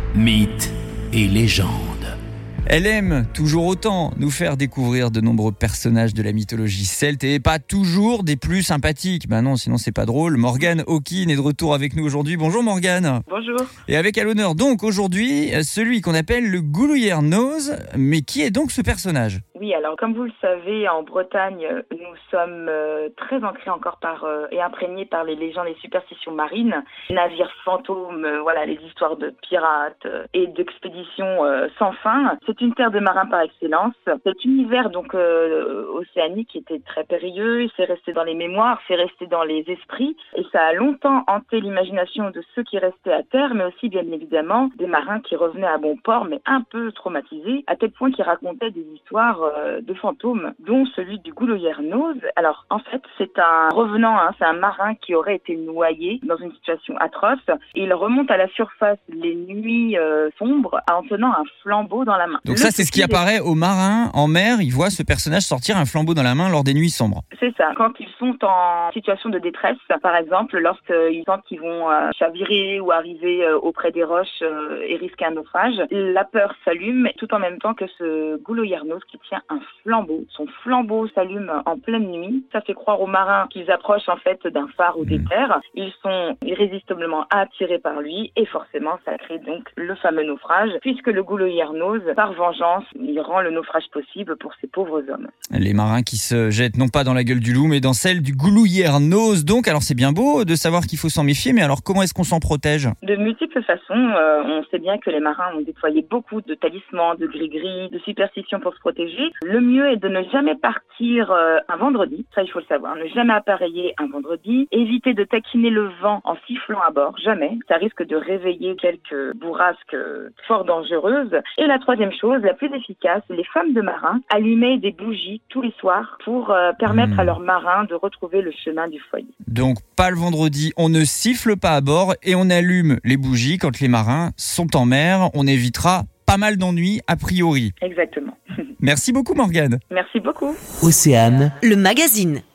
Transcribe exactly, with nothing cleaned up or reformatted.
Mythes et légendes. Elle aime toujours autant nous faire découvrir de nombreux personnages de la mythologie celte et pas toujours des plus sympathiques. Ben non, sinon c'est pas drôle. Morgane Hawkin est de retour avec nous aujourd'hui. Bonjour Morgane. Bonjour. Et avec à l'honneur donc aujourd'hui celui qu'on appelle le Goulouyer-Nose. Mais qui est donc ce personnage ? Oui, alors comme vous le savez, en Bretagne, nous sommes euh, très ancrés encore par euh, et imprégnés par les légendes et superstitions marines, les navires fantômes, euh, voilà, les histoires de pirates euh, et d'expéditions euh, sans fin. C'est une terre de marins par excellence. Cet univers donc euh, océanique était très périlleux, c'est resté dans les mémoires, c'est resté dans les esprits, et ça a longtemps hanté l'imagination de ceux qui restaient à terre, mais aussi bien évidemment des marins qui revenaient à bon port, mais un peu traumatisés, à tel point qu'ils racontaient des histoires euh, de fantômes, dont celui du Goulouyer-Nose. Alors en fait, c'est un revenant, hein, c'est un marin qui aurait été noyé dans une situation atroce, et il remonte à la surface les nuits euh, sombres en tenant un flambeau dans la main. Donc ça, c'est ce qui apparaît aux marins en mer. Ils voient ce personnage sortir un flambeau dans la main lors des nuits sombres. C'est ça. Quand ils sont en situation de détresse, par exemple, lorsqu'ils sentent qu'ils vont euh, chavirer ou arriver euh, auprès des roches euh, et risquer un naufrage, la peur s'allume tout en même temps que ce Goulouyer-Nose qui tient un flambeau. Son flambeau s'allume en pleine nuit. Ça fait croire aux marins qu'ils approchent en fait d'un phare ou des terres. Ils sont irrésistiblement attirés par lui et forcément ça crée donc le fameux naufrage, puisque le Goulouyer-Nose, par vengeance, il rend le naufrage possible pour ces pauvres hommes. Les marins qui se jettent non pas dans la gueule du loup, mais dans celle du Goulouyer-Nose. Donc, alors c'est bien beau de savoir qu'il faut s'en méfier, mais alors comment est-ce qu'on s'en protège ? De multiples façons. Euh, on sait bien que les marins ont déployé beaucoup de talismans, de gris-gris, de superstitions pour se protéger. Le mieux est de ne jamais partir euh, un vendredi. Ça, il faut le savoir. Ne jamais appareiller un vendredi. Éviter de taquiner le vent en sifflant à bord. Jamais. Ça risque de réveiller quelques bourrasques fort dangereuses. Et la troisième chose, la plus efficace, les femmes de marins allumaient des bougies tous les soirs pour euh, permettre mmh. à leurs marins de retrouver le chemin du foyer. Donc pas le vendredi, on ne siffle pas à bord et on allume les bougies quand les marins sont en mer. On évitera pas mal d'ennuis a priori. Exactement. Merci beaucoup Morgane. Merci beaucoup. Océane, le magazine.